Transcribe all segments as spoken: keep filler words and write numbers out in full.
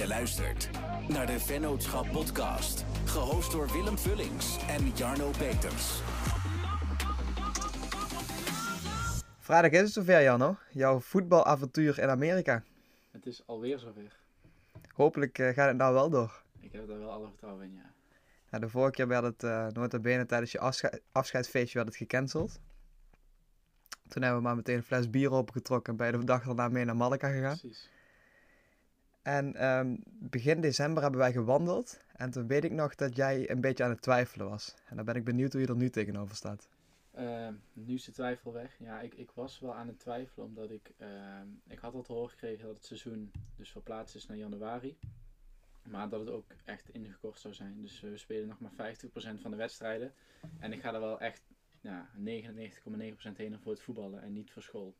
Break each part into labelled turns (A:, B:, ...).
A: Je luistert naar de Vennootschap podcast, gehost door Willem Vullings en Jarno Peters.
B: Vrijdag is het zover, Jarno. Jouw voetbalavontuur in Amerika.
C: Het is alweer zover.
B: Hopelijk uh, gaat het nou wel door.
C: Ik heb daar wel alle vertrouwen in, ja.
B: Nou, de vorige keer werd het uh, nota bene tijdens je afsche- afscheidsfeestje werd het gecanceld. Toen hebben we maar meteen een fles bier opengetrokken en bij de dag daarna mee naar Malaga gegaan.
C: Precies.
B: En um, begin december hebben wij gewandeld. En toen weet ik nog dat jij een beetje aan het twijfelen was. En dan ben ik benieuwd hoe je er nu tegenover staat.
C: Uh, nu is de twijfel weg. Ja, ik, ik was wel aan het twijfelen omdat ik... Uh, ik had al te horen gekregen dat het seizoen dus verplaatst is naar januari. Maar dat het ook echt ingekort zou zijn. Dus we spelen nog maar vijftig procent van de wedstrijden. En ik ga er wel echt ja, negenennegentig komma negen procent heen voor het voetballen en niet voor school.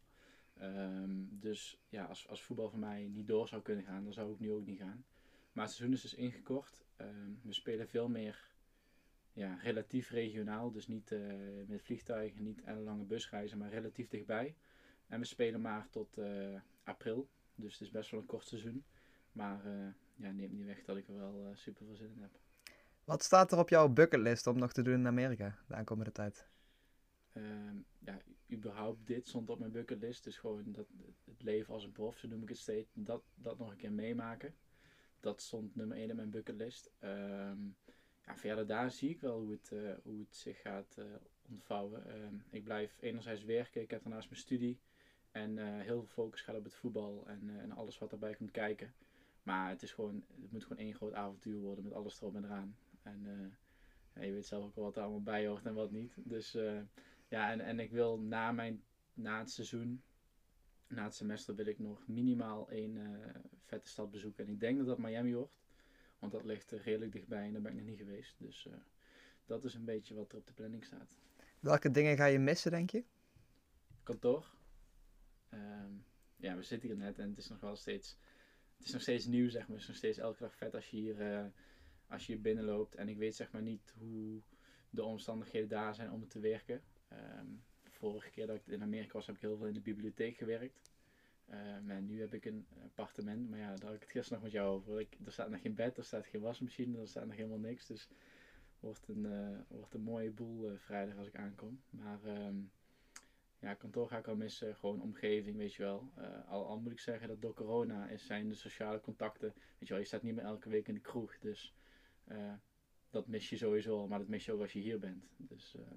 C: Um, dus ja, als, als voetbal voor mij niet door zou kunnen gaan, dan zou ik nu ook niet gaan. Maar het seizoen is dus ingekort. Um, we spelen veel meer ja, relatief regionaal. Dus niet uh, met vliegtuigen, niet ellenlange busreizen, maar relatief dichtbij. En we spelen maar tot uh, april. Dus het is best wel een kort seizoen. Maar uh, ja, neemt niet weg dat ik er wel uh, super veel zin in heb.
B: Wat staat er op jouw bucketlist om nog te doen in Amerika de aankomende tijd?
C: Um, ja, überhaupt dit stond op mijn bucketlist. Dus gewoon dat, het leven als een prof, zo noem ik het steeds. Dat, dat nog een keer meemaken. Dat stond nummer één op mijn bucketlist. Um, ja, verder daar zie ik wel hoe het, uh, hoe het zich gaat uh, ontvouwen. Um, ik blijf enerzijds werken. Ik heb daarnaast mijn studie. En uh, heel veel focus gaat op het voetbal en, uh, en alles wat daarbij komt kijken. Maar het, is gewoon, het moet gewoon één groot avontuur worden met alles erop en eraan. En uh, ja, je weet zelf ook wel wat er allemaal bij hoort en wat niet. Dus uh, ja, en, en ik wil na, mijn, na het seizoen, na het semester wil ik nog minimaal één uh, vette stad bezoeken. En ik denk dat dat Miami wordt. Want dat ligt uh, redelijk dichtbij en daar ben ik nog niet geweest. Dus uh, dat is een beetje wat er op de planning staat.
B: Welke dingen ga je missen, denk je?
C: Kantoor. Um, ja, we zitten hier net en het is nog wel steeds... Het is nog steeds nieuw, zeg maar. Het is nog steeds elke dag vet als je hier, uh, als je hier binnenloopt. En ik weet zeg maar niet hoe de omstandigheden daar zijn om het te werken. Um, vorige keer dat ik in Amerika was, heb ik heel veel in de bibliotheek gewerkt. Um, en nu heb ik een appartement. Maar ja, daar had ik het gisteren nog met jou over. Ik, er staat nog geen bed, er staat geen wasmachine, er staat nog helemaal niks. Dus het wordt een, uh, wordt een mooie boel uh, vrijdag als ik aankom. Maar... Um, Ja, kantoor ga ik al missen, gewoon omgeving, weet je wel. Uh, al, al moet ik zeggen dat door corona is, zijn de sociale contacten, weet je wel, je staat niet meer elke week in de kroeg, dus uh, dat mis je sowieso al, maar dat mis je ook als je hier bent. Dus uh,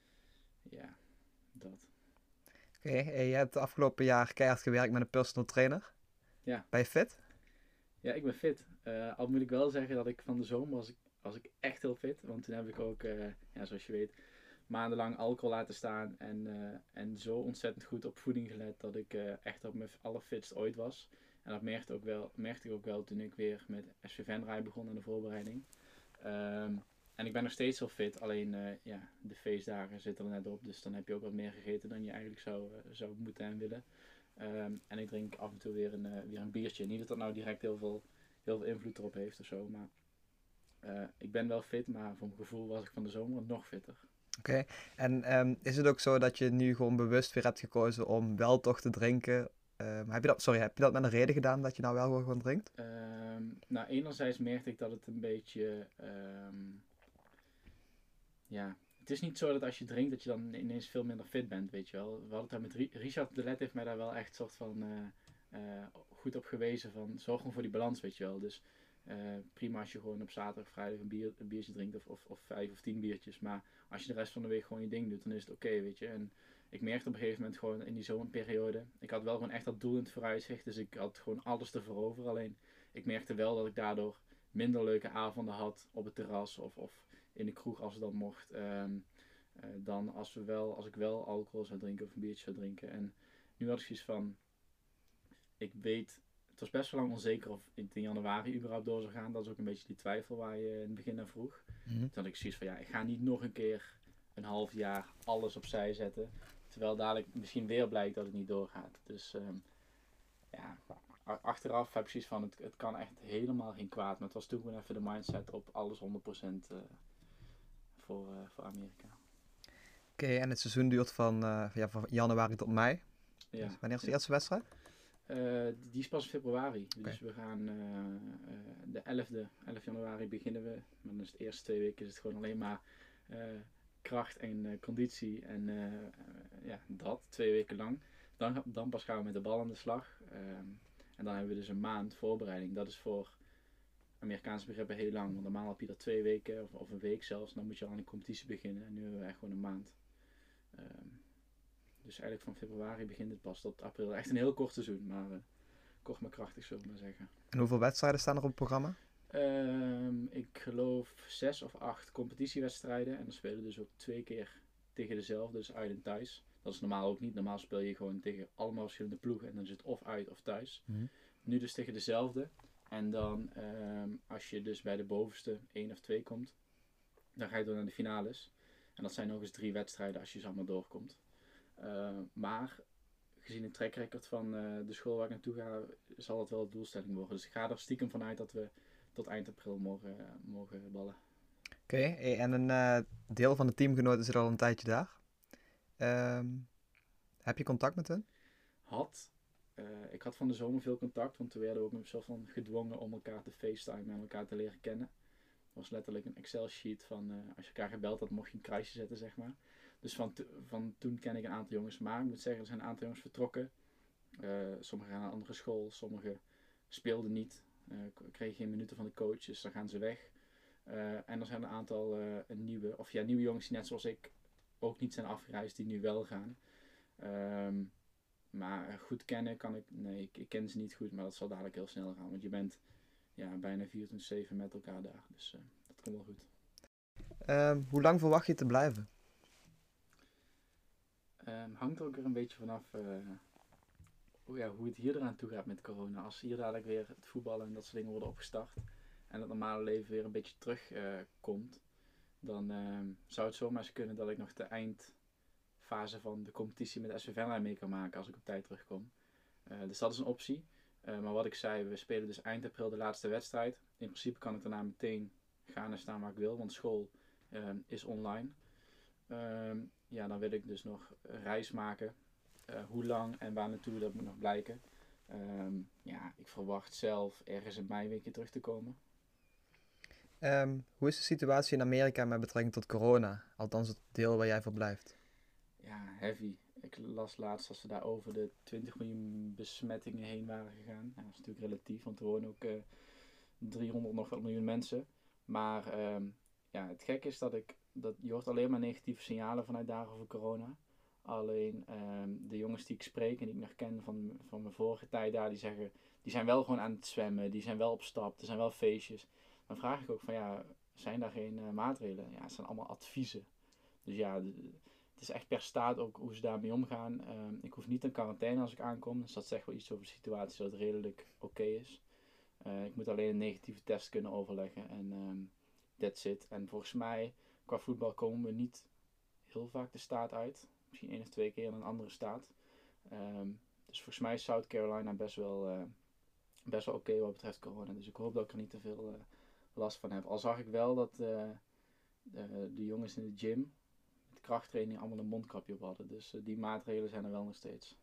C: ja, dat.
B: Oké, okay, je hebt de afgelopen jaar keihard gewerkt met een personal trainer.
C: Ja.
B: Ben je fit?
C: Ja, ik ben fit. Uh, al moet ik wel zeggen dat ik van de zomer was ik, was ik echt heel fit, want toen heb ik ook, uh, ja, zoals je weet... maandenlang alcohol laten staan en, uh, en zo ontzettend goed op voeding gelet dat ik uh, echt op mijn allerfitst ooit was. En dat merkte, ook wel, merkte ik ook wel toen ik weer met S V Venray begon aan de voorbereiding. Um, en ik ben nog steeds wel fit, alleen uh, ja, de feestdagen zitten er net op, dus dan heb je ook wat meer gegeten dan je eigenlijk zou, uh, zou moeten en willen. Um, en ik drink af en toe weer een, uh, weer een biertje. Niet dat dat nou direct heel veel, heel veel invloed erop heeft of zo, maar uh, ik ben wel fit, maar voor mijn gevoel was ik van de zomer nog fitter.
B: Oké, okay. En um, is het ook zo dat je nu gewoon bewust weer hebt gekozen om wel toch te drinken? Um, heb je dat, sorry, heb je dat met een reden gedaan dat je nou wel gewoon drinkt?
C: Um, nou, enerzijds merkte ik dat het een beetje... Um, ja, het is niet zo dat als je drinkt dat je dan ineens veel minder fit bent, weet je wel. We hadden het daar met Richard de Let heeft mij daar wel echt soort van uh, uh, goed op gewezen van zorg gewoon voor die balans, weet je wel. Dus uh, prima als je gewoon op zaterdag, vrijdag een, bier, een biertje drinkt of, of, of vijf of tien biertjes, maar als je de rest van de week gewoon je ding doet, dan is het oké, okay, weet je. En ik merkte op een gegeven moment gewoon in die zomerperiode, ik had wel gewoon echt dat doel in het vooruitzicht, dus ik had gewoon alles ervoor over. Alleen ik merkte wel dat ik daardoor minder leuke avonden had op het terras of, of in de kroeg als het dan mocht, um, uh, dan als, we wel, als ik wel alcohol zou drinken of een biertje zou drinken. En nu had ik zoiets van, ik weet, het was best wel lang onzeker of het in januari überhaupt door zou gaan. Dat is ook een beetje die twijfel waar je in het begin naar vroeg. Mm-hmm. Toen had ik zoiets van, ja, ik ga niet nog een keer een half jaar alles opzij zetten. Terwijl dadelijk misschien weer blijkt dat het niet doorgaat. Dus um, ja, achteraf heb ik zoiets van, het, het kan echt helemaal geen kwaad. Maar het was toen gewoon even de mindset op alles honderd procent uh, voor, uh, voor Amerika.
B: Oké, okay, en het seizoen duurt van, uh, ja, van januari tot mei.
C: Ja.
B: Dus wanneer is de
C: ja.
B: eerste wedstrijd?
C: Uh, die is pas in februari.
B: Okay.
C: Dus we gaan uh, uh, de elfde, elf januari beginnen we. Maar dan is het eerste twee weken is het gewoon alleen maar uh, kracht en uh, conditie. En uh, uh, ja, dat, twee weken lang. Dan, dan pas gaan we met de bal aan de slag. Um, en dan hebben we dus een maand voorbereiding. Dat is voor Amerikaanse begrippen heel lang. Want normaal heb je dat twee weken of, of een week zelfs. Dan moet je al aan de competitie beginnen. En nu hebben we echt gewoon een maand. Um, dus eigenlijk van februari begint het pas tot april. Echt een heel kort seizoen. Maar uh, kort maar krachtig, zullen we maar zeggen.
B: En hoeveel wedstrijden staan er op het programma?
C: Um, ik geloof zes of acht competitiewedstrijden. En dan spelen we dus ook twee keer tegen dezelfde. Dus uit en thuis. Dat is normaal ook niet. Normaal speel je gewoon tegen allemaal verschillende ploegen. En dan zit het of uit of thuis. Mm-hmm. Nu dus tegen dezelfde. En dan um, als je dus bij de bovenste één of twee komt. Dan ga je door naar de finales. En dat zijn nog eens drie wedstrijden als je ze allemaal doorkomt. Uh, maar gezien het track record van uh, de school waar ik naartoe ga, zal het wel de doelstelling worden. Dus ik ga er stiekem vanuit dat we tot eind april mogen, uh, mogen ballen.
B: Oké, okay, en een uh, deel van de teamgenoten zit al een tijdje daar. Um, heb je contact met hen?
C: Had. Uh, ik had van de zomer veel contact, want toen werden we ook een soort van gedwongen om elkaar te facetimen en elkaar te leren kennen. Het was letterlijk een Excel sheet van uh, als je elkaar gebeld had, mocht je een kruisje zetten, zeg maar. Dus van, to- van toen ken ik een aantal jongens, maar ik moet zeggen, er zijn een aantal jongens vertrokken. Uh, sommigen gaan naar een andere school, sommigen speelden niet, uh, kregen geen minuten van de coach, dus dan gaan ze weg. Uh, en er zijn een aantal uh, een nieuwe, of ja, nieuwe jongens die net zoals ik ook niet zijn afgereisd, die nu wel gaan. Um, maar goed kennen kan ik, nee, ik, ik ken ze niet goed, maar dat zal dadelijk heel snel gaan, want je bent ja, bijna vierentwintig zeven met elkaar daar, dus uh, dat komt wel goed.
B: Um, hoe lang verwacht je te blijven?
C: Um, hangt er ook weer een beetje vanaf uh, hoe, ja, hoe het hier eraan toe gaat met corona. Als hier dadelijk weer het voetballen en dat soort dingen worden opgestart en het normale leven weer een beetje terugkomt, uh, dan uh, zou het zomaar eens kunnen dat ik nog de eindfase van de competitie met S V Venray mee kan maken als ik op tijd terugkom. Uh, dus dat is een optie. Uh, maar wat ik zei, we spelen dus eind april de laatste wedstrijd. In principe kan ik daarna meteen gaan en staan waar ik wil, want school uh, is online. Um, ja, dan wil ik dus nog een reis maken. Uh, hoe lang en waar naartoe, dat moet nog blijken. Um, ja, ik verwacht zelf ergens in mei weer een keer terug te komen.
B: Um, hoe is de situatie in Amerika met betrekking tot corona? Althans het deel waar jij verblijft.
C: Ja, heavy. Ik las laatst dat ze daar over de twintig miljoen besmettingen heen waren gegaan. Ja, dat is natuurlijk relatief, want er wonen ook uh, driehonderd nog wat miljoen mensen. Maar um, ja, het gekke is dat ik, dat je hoort alleen maar negatieve signalen vanuit daar over corona. Alleen um, de jongens die ik spreek en die ik nog ken van, van mijn vorige tijd daar, die zeggen, die zijn wel gewoon aan het zwemmen, die zijn wel op stap, er zijn wel feestjes. Dan vraag ik ook van ja, zijn daar geen uh, maatregelen? Ja, het zijn allemaal adviezen. Dus ja, de, het is echt per staat ook hoe ze daarmee omgaan. Um, ik hoef niet in quarantaine als ik aankom, dus dat zegt wel iets over de situatie dat het redelijk oké okay is. Uh, ik moet alleen een negatieve test kunnen overleggen en um, that's it. En volgens mij, qua voetbal komen we niet heel vaak de staat uit. Misschien één of twee keer in een andere staat. Um, dus volgens mij is South Carolina best wel, uh, best wel oké okay wat betreft corona. Dus ik hoop dat ik er niet te veel uh, last van heb. Al zag ik wel dat uh, de, de jongens in de gym met krachttraining allemaal een mondkapje op hadden. Dus uh, die maatregelen zijn er wel nog steeds.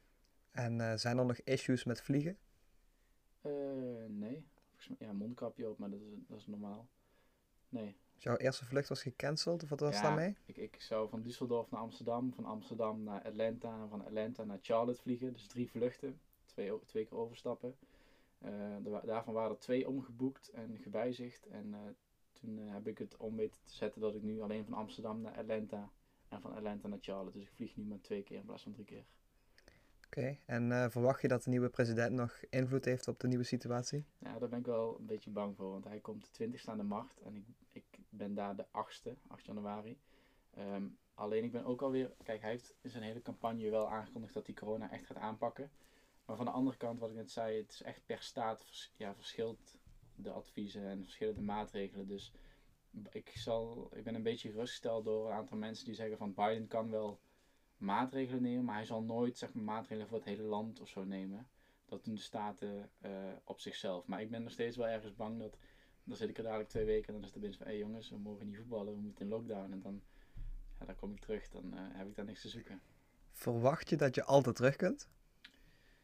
B: En uh, zijn er nog issues met vliegen?
C: Uh, nee. Volgens mij, ja, mondkapje op, maar dat is, dat is normaal. Nee.
B: Dus jouw eerste vlucht was gecanceld, of wat was
C: ja,
B: daarmee?
C: Ik, ik zou van Düsseldorf naar Amsterdam, van Amsterdam naar Atlanta en van Atlanta naar Charlotte vliegen. Dus drie vluchten, twee, twee keer overstappen. Uh, de, daarvan waren er twee omgeboekt en gewijzigd. En uh, toen uh, heb ik het om weten te zetten dat ik nu alleen van Amsterdam naar Atlanta en van Atlanta naar Charlotte. Dus ik vlieg nu maar twee keer in plaats van drie keer.
B: Oké, okay. en uh, verwacht je dat de nieuwe president nog invloed heeft op de nieuwe situatie?
C: Ja, daar ben ik wel een beetje bang voor, want hij komt de twintigste aan de macht en ik, ik ben daar de achtste, acht januari. Um, alleen ik ben ook alweer, kijk, hij heeft in zijn hele campagne wel aangekondigd dat hij corona echt gaat aanpakken. Maar van de andere kant, wat ik net zei, het is echt per staat, vers, ja, verschilt de adviezen en verschillende maatregelen. Dus ik, zal, ik ben een beetje gerustgesteld door een aantal mensen die zeggen van Biden kan wel maatregelen nemen, maar hij zal nooit zeg maar, maatregelen voor het hele land of zo nemen. Dat doen de staten uh, op zichzelf. Maar ik ben nog steeds wel ergens bang dat, dan zit ik er dadelijk twee weken en dan is het opeens van, hé hey jongens, we mogen niet voetballen, we moeten in lockdown. En dan, ja, dan kom ik terug, dan uh, heb ik daar niks te zoeken.
B: Verwacht je dat je altijd terug kunt?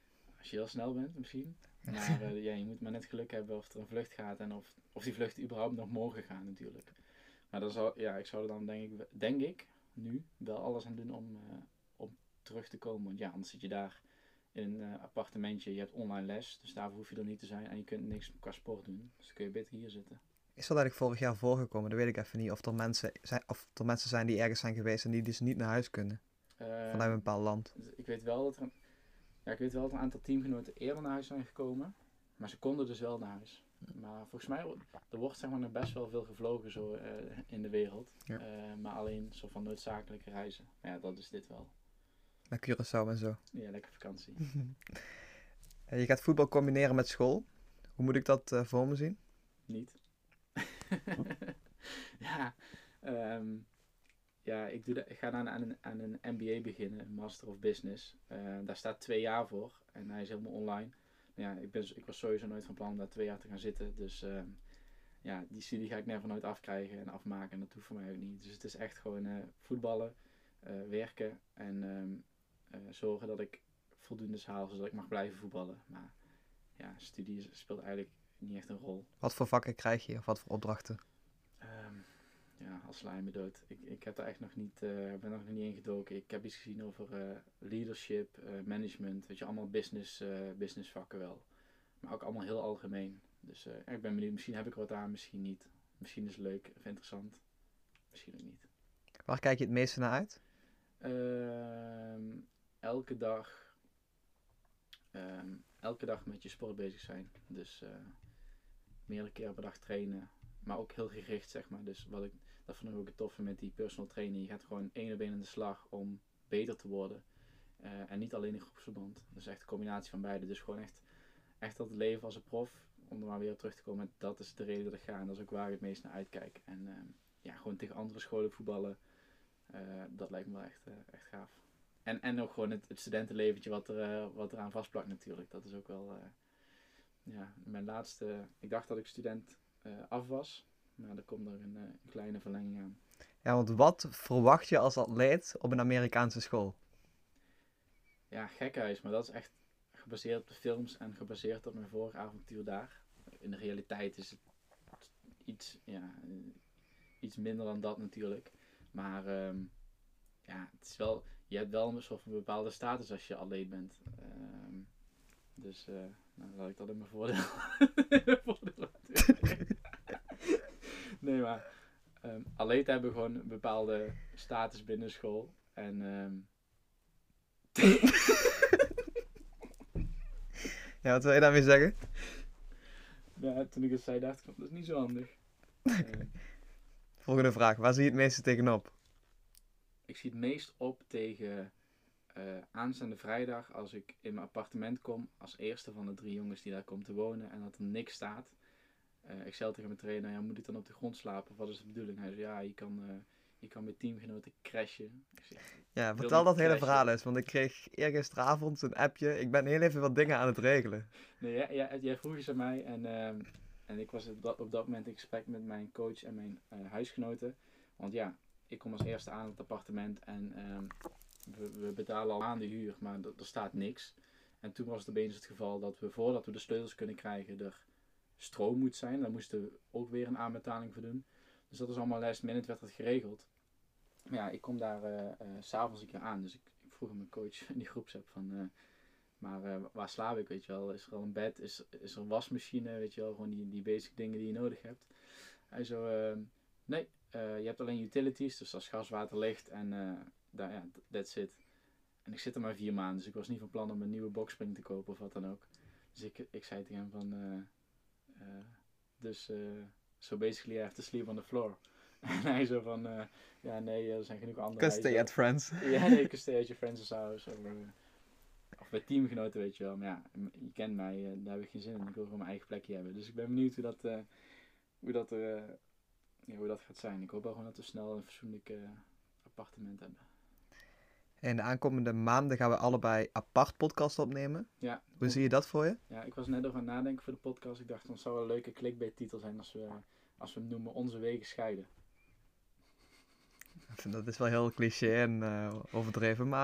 C: Als je heel snel bent misschien. Maar uh, ja, je moet maar net geluk hebben of er een vlucht gaat en of, of die vlucht überhaupt nog morgen gaat natuurlijk. Maar dan zou, ja, ik zou er dan denk ik, denk ik nu wel alles aan doen om, uh, om terug te komen. Want ja, anders zit je daar in een uh, appartementje, je hebt online les, dus daarvoor hoef je er niet te zijn en je kunt niks qua sport doen. Dus dan kun je beter hier zitten.
B: Is dat eigenlijk vorig jaar voorgekomen? Dat weet ik even niet. Of er mensen zijn, of er mensen zijn die ergens zijn geweest en die dus niet naar huis kunnen. Uh, vanuit een bepaald land.
C: Ik weet wel dat er een, ja, ik weet wel dat een aantal teamgenoten eerder naar huis zijn gekomen. Maar ze konden dus wel naar huis. Maar volgens mij, er wordt zeg maar nog best wel veel gevlogen zo uh, in de wereld. Ja. Uh, maar alleen zo van noodzakelijke reizen. Ja, dat is dit wel.
B: Naar Curaçao en zo.
C: Ja, lekker vakantie.
B: Je gaat voetbal combineren met school. Hoe moet ik dat uh, voor me zien?
C: Niet. ja, um, ja ik, doe de, ik ga dan aan een, aan een M B A beginnen, Master of Business. Uh, daar staat twee jaar voor en hij is helemaal online. Ja, ik, ben, ik was sowieso nooit van plan om daar twee jaar te gaan zitten. Dus uh, ja, die studie ga ik never nooit afkrijgen en afmaken. En dat hoeft voor mij ook niet. Dus het is echt gewoon uh, voetballen, uh, werken en um, uh, zorgen dat ik voldoende haal zodat ik mag blijven voetballen. Maar ja, studie speelt eigenlijk niet echt een rol.
B: Wat voor vakken krijg je of wat voor opdrachten?
C: Um, ja, als sla je me dood. Ik, ik heb daar echt nog niet, uh, ben er nog niet in gedoken. Ik heb iets gezien over uh, leadership, uh, management, weet je, allemaal business, uh, business vakken wel. Maar ook allemaal heel algemeen. Dus uh, ik ben benieuwd, misschien heb ik er wat aan, misschien niet. Misschien is het leuk of interessant, misschien ook niet.
B: Waar kijk je het meeste naar uit?
C: Uh, elke dag, um, elke dag met je sport bezig zijn. Dus uh, meerdere keren per dag trainen. Maar ook heel gericht, zeg maar. Dus wat ik, dat vond ik ook het toffe met die personal training. Je gaat gewoon één op één aan de slag om beter te worden. Uh, en niet alleen in groepsverband. Dus echt een combinatie van beide. Dus gewoon echt, echt dat leven als een prof. Om er maar weer op terug te komen. Dat is de reden dat ik ga. En dat is ook waar ik het meest naar uitkijk. En uh, ja, gewoon tegen andere scholen voetballen. Uh, dat lijkt me wel echt, uh, echt gaaf. En, en ook gewoon het, het studentenleventje wat er, uh, wat eraan vastplakt natuurlijk. Dat is ook wel... Uh, ja, mijn laatste... Ik dacht dat ik student... Uh, af was, maar er komt nog een, uh, een kleine verlenging aan.
B: Ja, want wat verwacht je als atleet op een Amerikaanse school?
C: Ja, gekhuis, maar dat is echt gebaseerd op de films en gebaseerd op mijn vorige avontuur daar. In de realiteit is het iets, ja, iets minder dan dat natuurlijk. Maar um, ja, het is wel, je hebt wel een soort van bepaalde status als je atleet bent. Um, dus uh, nou, laat ik dat in mijn voordeel. voordeel nee, maar um, atleten hebben gewoon een bepaalde status binnen school. En um...
B: ja, wat wil je daarmee zeggen?
C: Ja, toen ik het zei, dacht ik, dat is niet zo handig. uh,
B: Volgende vraag, waar zie je het meeste tegenop?
C: Ik zie het meest op tegen uh, aanstaande vrijdag als ik in mijn appartement kom als eerste van de drie jongens die daar komt te wonen en dat er niks staat. Uh, ik zei tegen mijn trainer, ja, moet ik dan op de grond slapen of wat is de bedoeling? Hij zei, ja, je kan, uh, je kan met teamgenoten crashen. Ik zeg,
B: ja, vertel dat hele verhaal eens, want ik kreeg eergisteravond een appje, ik ben heel even wat dingen aan het regelen.
C: Nee, ja, ja, jij vroeg eens aan mij en, uh, en ik was op dat, op dat moment in gesprek met mijn coach en mijn uh, huisgenoten. Want ja, ik kom als eerste aan het appartement en um, we, we betalen al aan de huur, maar d- er staat niks. En toen was het opeens het geval dat we, voordat we de sleutels kunnen krijgen, er stroom moet zijn. Daar moesten we ook weer een aanbetaling voor doen. Dus dat is allemaal last minute, werd het geregeld. Maar ja, ik kom daar uh, uh, s'avonds een keer aan. Dus ik, ik vroeg aan mijn coach in die groepsapp van... Uh, maar uh, waar slaap ik, weet je wel? Is er al een bed? Is, is er een wasmachine? Weet je wel? Gewoon die, die basic dingen die je nodig hebt. Hij zo... Uh, nee, uh, je hebt alleen utilities. Dus als gas, water, licht. En uh, daar, ja, that's it. En ik zit er maar vier maanden. Dus ik was niet van plan om een nieuwe boxspring te kopen of wat dan ook. Dus ik, ik zei tegen hem van... Uh, Uh, dus, uh, so basically I have to sleep on the floor. En hij zo van, uh, ja nee, er zijn genoeg andere...
B: Can stay at friends.
C: Ja, nee, can stay at your friends' house. Of, uh, of bij teamgenoten, weet je wel. Maar ja, je kent mij, uh, daar heb ik geen zin in. Ik wil gewoon mijn eigen plekje hebben. Dus ik ben benieuwd hoe dat, uh, hoe dat, uh, ja, hoe dat gaat zijn. Ik hoop wel gewoon dat we snel een fatsoenlijk uh, appartement hebben.
B: En de aankomende maanden gaan we allebei apart podcast opnemen.
C: Ja.
B: Hoe zie je dat voor je?
C: Ja, ik was net over aan het nadenken voor de podcast. Ik dacht, dan zou wel een leuke clickbait-titel zijn als we, als we hem noemen Onze Wegen Scheiden.
B: Dat is wel heel cliché en uh, overdreven, maar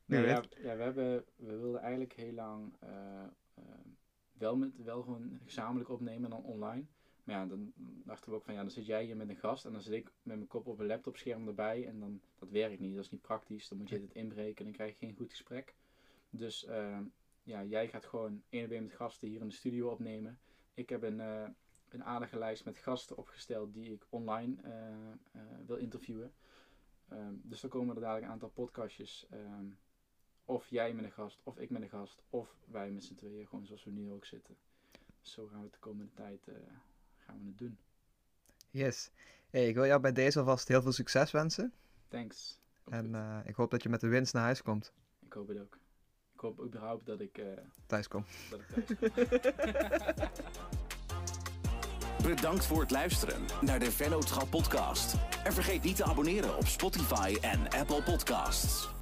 B: Wie
C: Ja, ja,
B: weet.
C: ja, we, hebben, we wilden eigenlijk heel lang uh, uh, wel, met, wel gewoon gezamenlijk opnemen en dan online. Maar ja, dan dachten we ook van ja, dan zit jij hier met een gast en dan zit ik met mijn kop op een laptopscherm erbij en dan, dat werkt niet, dat is niet praktisch. Dan moet je het inbreken en dan krijg je geen goed gesprek. Dus uh, ja, jij gaat gewoon één op één met gasten hier in de studio opnemen. Ik heb een, uh, een aardige lijst met gasten opgesteld die ik online uh, uh, wil interviewen. Um, dus dan komen er dadelijk een aantal podcastjes. Um, of jij met een gast, of ik met een gast, of wij met z'n tweeën, gewoon zoals we nu ook zitten. Dus zo gaan we het de komende tijd uh, gaan we het doen.
B: Yes. Hey, ik wil jou bij deze alvast heel veel succes wensen.
C: Thanks. Ook
B: En
C: goed.
B: uh, ik hoop dat je met de winst naar huis komt.
C: Ik hoop het ook. Ik hoop überhaupt dat ik, uh,
B: Thuis kom.
C: dat ik thuis kom.
A: Bedankt voor het luisteren naar de Vennootschap podcast. En vergeet niet te abonneren op Spotify en Apple Podcasts.